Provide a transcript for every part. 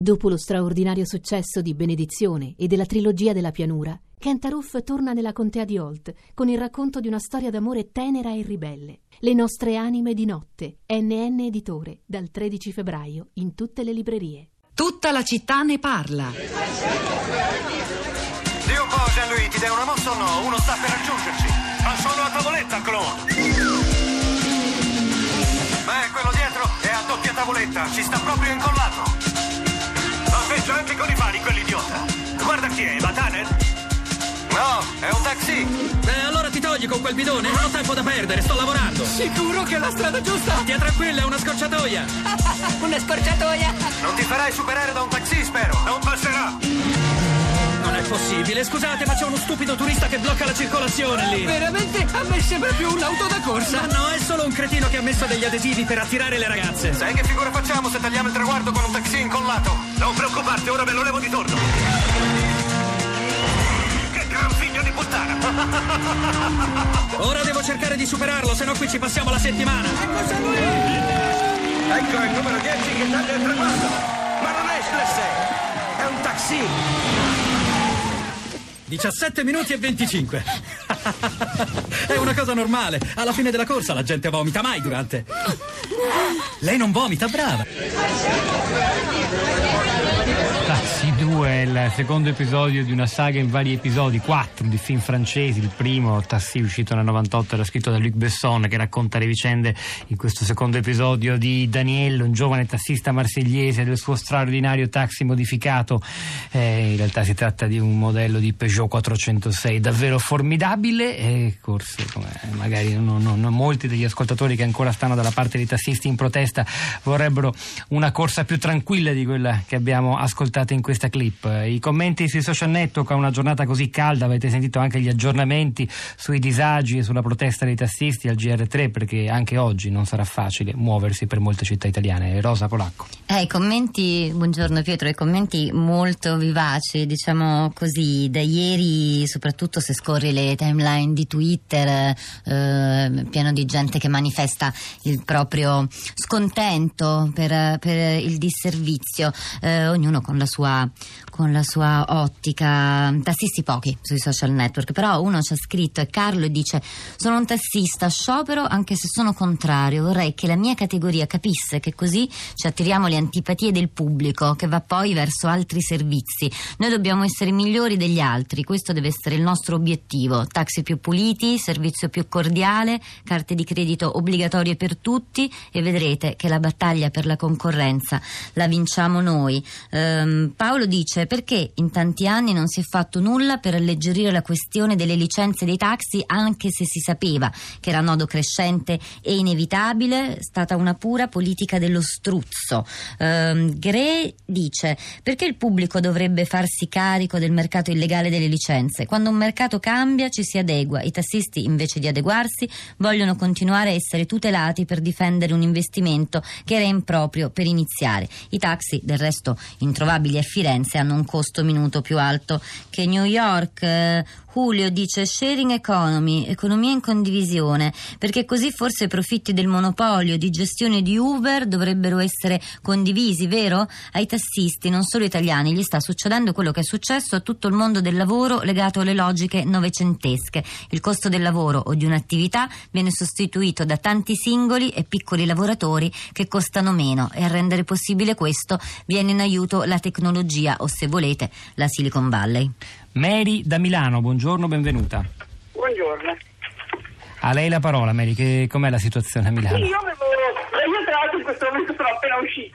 Dopo lo straordinario successo di Benedizione e della trilogia della pianura, Kent Aruf torna nella contea di Holt con il racconto di una storia d'amore tenera e ribelle. Le nostre anime di notte, NN Editore, dal 13 febbraio in tutte le librerie. Tutta la città ne parla. Di un po', Jean-Louis, ti dai una mossa o no? Uno sta per raggiungerci. Ma sono a tavoletta, Claude. Beh, quello dietro è a doppia tavoletta, ci sta proprio incollato. L'ho visto anche con i fari, quell'idiota. Guarda chi è, va Tanner? No, è un taxi. Allora ti togli con quel bidone, non ho tempo da perdere, sto lavorando. Sicuro che è la strada giusta? Stia tranquilla, è una scorciatoia. Una scorciatoia? Non ti farai superare da un taxi, spero. Non passerà. Non è possibile, scusate, ma c'è uno stupido turista che blocca la circolazione lì. Veramente? A me sembra più un'auto da corsa. Ma no, è solo un cretino che ha messo degli adesivi per attirare le ragazze. Sai che figura facciamo se tagliamo il traguardo con un taxi incollato? Non preoccuparti, ora me lo levo di torno. Che gran figlio di puttana. Ora devo cercare di superarlo, se no qui ci passiamo la settimana. Cosa lui? Ecco il numero 10 che taglia il traguardo. Ma non è Schlesser, è un taxi. 17 minuti e 25. È una cosa normale. Alla fine della corsa la gente vomita, mai durante. Lei non vomita, brava. Taxi 2 è il secondo episodio di una saga in vari episodi, 4 di film francesi. Il primo, Taxi, uscito nel 98, era scritto da Luc Besson, che racconta le vicende in questo secondo episodio di Daniel, un giovane tassista marsigliese, del suo straordinario taxi modificato. In realtà si tratta di un modello di Peugeot 406 davvero formidabile, e forse magari non molti degli ascoltatori che ancora stanno dalla parte dei tassisti in protesta vorrebbero una corsa più tranquilla di quella che abbiamo ascoltato in questa clip. I commenti sui social network a una giornata così calda, avete sentito anche gli aggiornamenti sui disagi e sulla protesta dei tassisti al GR3, perché anche oggi non sarà facile muoversi per molte città italiane. Rosa Polacco. I commenti, buongiorno Pietro, i commenti molto vivaci, diciamo così, da ieri, soprattutto se scorri le timeline di Twitter, pieno di gente che manifesta il proprio scontento per il disservizio, ognuno con la sua ottica. Tassisti pochi sui social network, però uno ci ha scritto, è Carlo, e dice: sono un tassista, sciopero anche se sono contrario, vorrei che la mia categoria capisse che così ci attiriamo le antipatie del pubblico, che va poi verso altri servizi. Noi dobbiamo essere migliori degli altri, questo deve essere il nostro obiettivo. Taxi più puliti, servizio più cordiale, carte di credito obbligatorie per tutti, e vedrete che la battaglia per la concorrenza la vinciamo noi. Paolo dice: perché in tanti anni non si è fatto nulla per alleggerire la questione delle licenze dei taxi, anche se si sapeva che era nodo crescente e inevitabile, è stata una pura politica dello struzzo. Gre dice: perché il pubblico dovrebbe farsi carico del mercato illegale delle licenze? Quando un mercato cambia ci si adegua, i tassisti invece di adeguarsi vogliono continuare a essere tutelati per difendere un investimento che era improprio per iniziare. I taxi, del resto introvabili a Firenze, hanno un costo minuto più alto che New York. Julio dice: sharing economy, economia in condivisione, perché così forse i profitti del monopolio di gestione di Uber dovrebbero essere condivisi, vero? Ai tassisti, non solo italiani, gli sta succedendo quello che è successo a tutto il mondo del lavoro legato alle logiche novecentesche. Il costo del lavoro o di un'attività viene sostituito da tanti singoli e piccoli lavoratori che costano meno, e a rendere possibile questo viene in aiuto la tecnologia, o se volete la Silicon Valley. Mary da Milano, buongiorno, benvenuta. Buongiorno. A lei la parola, Mary, com'è la situazione a Milano? Io tra l'altro in questo momento sono appena uscita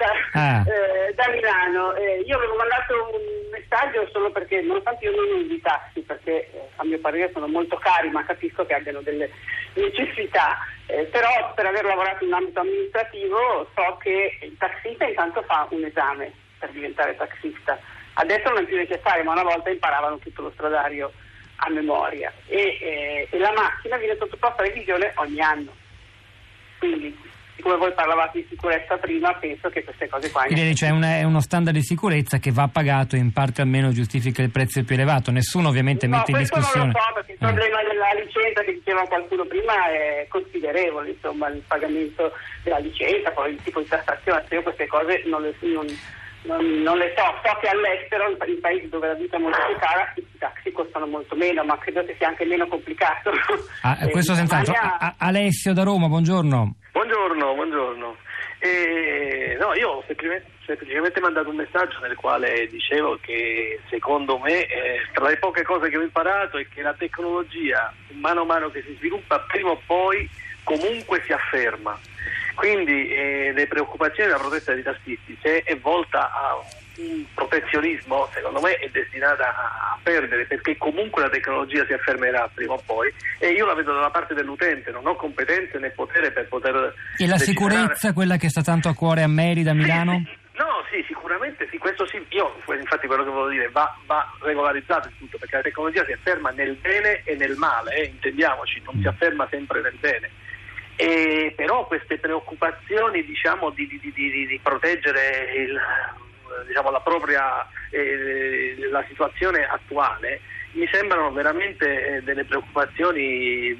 da Milano. Io avevo mandato un messaggio solo perché, nonostante io non uso i taxi, perché a mio parere sono molto cari, ma capisco che abbiano delle necessità, però per aver lavorato in ambito amministrativo so che il taxista intanto fa un esame per diventare taxista. Adesso non è più necessario, ma una volta imparavano tutto lo stradario a memoria, e la macchina viene sottoposta a revisione ogni anno. Quindi, come voi parlavate di sicurezza prima, penso che queste cose qua... Quindi c'è uno standard di sicurezza che va pagato e in parte almeno giustifica il prezzo più elevato. Nessuno ovviamente mette in discussione... No, questo non lo so, perché il problema della licenza, che diceva qualcuno prima, è considerevole, insomma, il pagamento della licenza, poi il tipo di tassazione. Io queste cose non Non le so che all'estero, in paesi dove la vita è molto più cara, i taxi costano molto meno, ma credo che sia anche meno complicato. Questo senz'altro. Alessio da Roma, buongiorno. Buongiorno. No, io ho semplicemente mandato un messaggio nel quale dicevo che secondo me tra le poche cose che ho imparato è che la tecnologia, mano a mano che si sviluppa, prima o poi comunque si afferma. Quindi le preoccupazioni della protesta dei tassisti, se è volta a un protezionismo, secondo me è destinata a perdere, perché comunque la tecnologia si affermerà prima o poi, e io la vedo dalla parte dell'utente, non ho competenze né potere per poter... E la sicurezza, quella che sta tanto a cuore a Merida, a Milano? Sì, sicuramente sì, questo sì. Io infatti quello che volevo dire va regolarizzato il tutto, perché la tecnologia si afferma nel bene e nel male, intendiamoci, non si afferma sempre nel bene. Però queste preoccupazioni, diciamo, di proteggere la propria la situazione attuale mi sembrano veramente delle preoccupazioni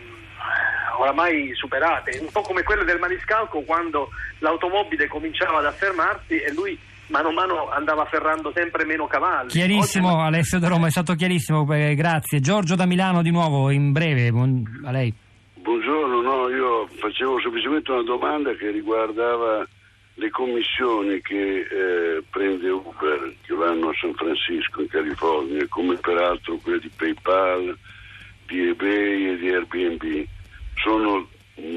oramai superate, un po' come quelle del maniscalco, quando l'automobile cominciava ad affermarsi e lui mano a mano andava afferrando sempre meno cavalli. Chiarissimo. Alessio da Roma, è stato chiarissimo, grazie. Giorgio da Milano di nuovo, in breve, a lei. Buongiorno, io facevo semplicemente una domanda che riguardava le commissioni che prende Uber, che vanno a San Francisco in California, come peraltro quelle di PayPal, di eBay e di Airbnb. Sono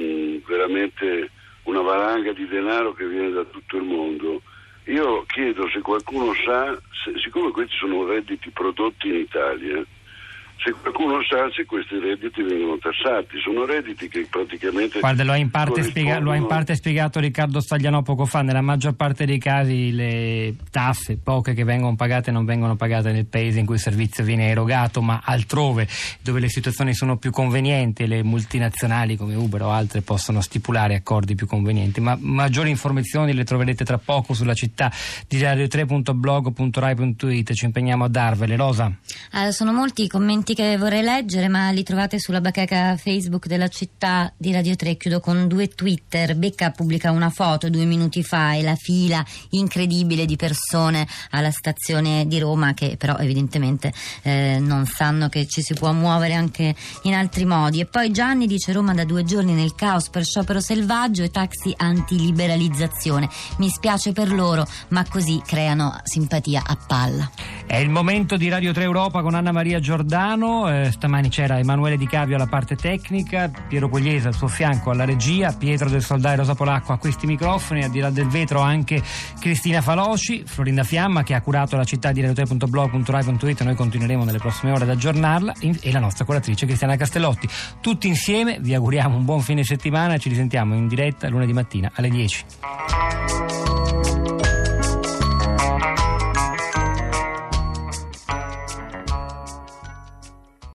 veramente una valanga di denaro che viene da tutto il mondo. Io chiedo se qualcuno sa, siccome questi sono redditi prodotti in Italia, se qualcuno sa se questi redditi vengono tassati. Sono redditi che praticamente... Guarda, lo ha in parte spiegato Riccardo Staglianò poco fa. Nella maggior parte dei casi le tasse, poche che vengono pagate, non vengono pagate nel paese in cui il servizio viene erogato, ma altrove, dove le situazioni sono più convenienti. Le multinazionali come Uber o altre possono stipulare accordi più convenienti. Ma maggiori informazioni le troverete tra poco sulla città di radio3.blog.rai.it. Ci impegniamo a darvele. Rosa? Sono molti i commenti che vorrei leggere, ma li trovate sulla bacheca Facebook della città di Radio 3. Chiudo con 2 Twitter. Becca pubblica una foto 2 minuti fa e la fila incredibile di persone alla stazione di Roma, che però evidentemente non sanno che ci si può muovere anche in altri modi. E poi Gianni dice: Roma da 2 giorni nel caos per sciopero selvaggio e taxi antiliberalizzazione. Mi spiace per loro, ma così creano simpatia a palla. È il momento di Radio 3 Europa con Anna Maria Giordano. Stamani c'era Emanuele Di Cavio alla parte tecnica, Piero Pugliese al suo fianco alla regia, Pietro del Soldai e Rosa Polacco a questi microfoni, al di là del vetro anche Cristina Faloci, Florinda Fiamma che ha curato la città di radio3.blog.rai.it. Noi continueremo nelle prossime ore ad aggiornarla, e la nostra curatrice Cristiana Castellotti. Tutti insieme vi auguriamo un buon fine settimana e ci risentiamo in diretta lunedì mattina alle 10.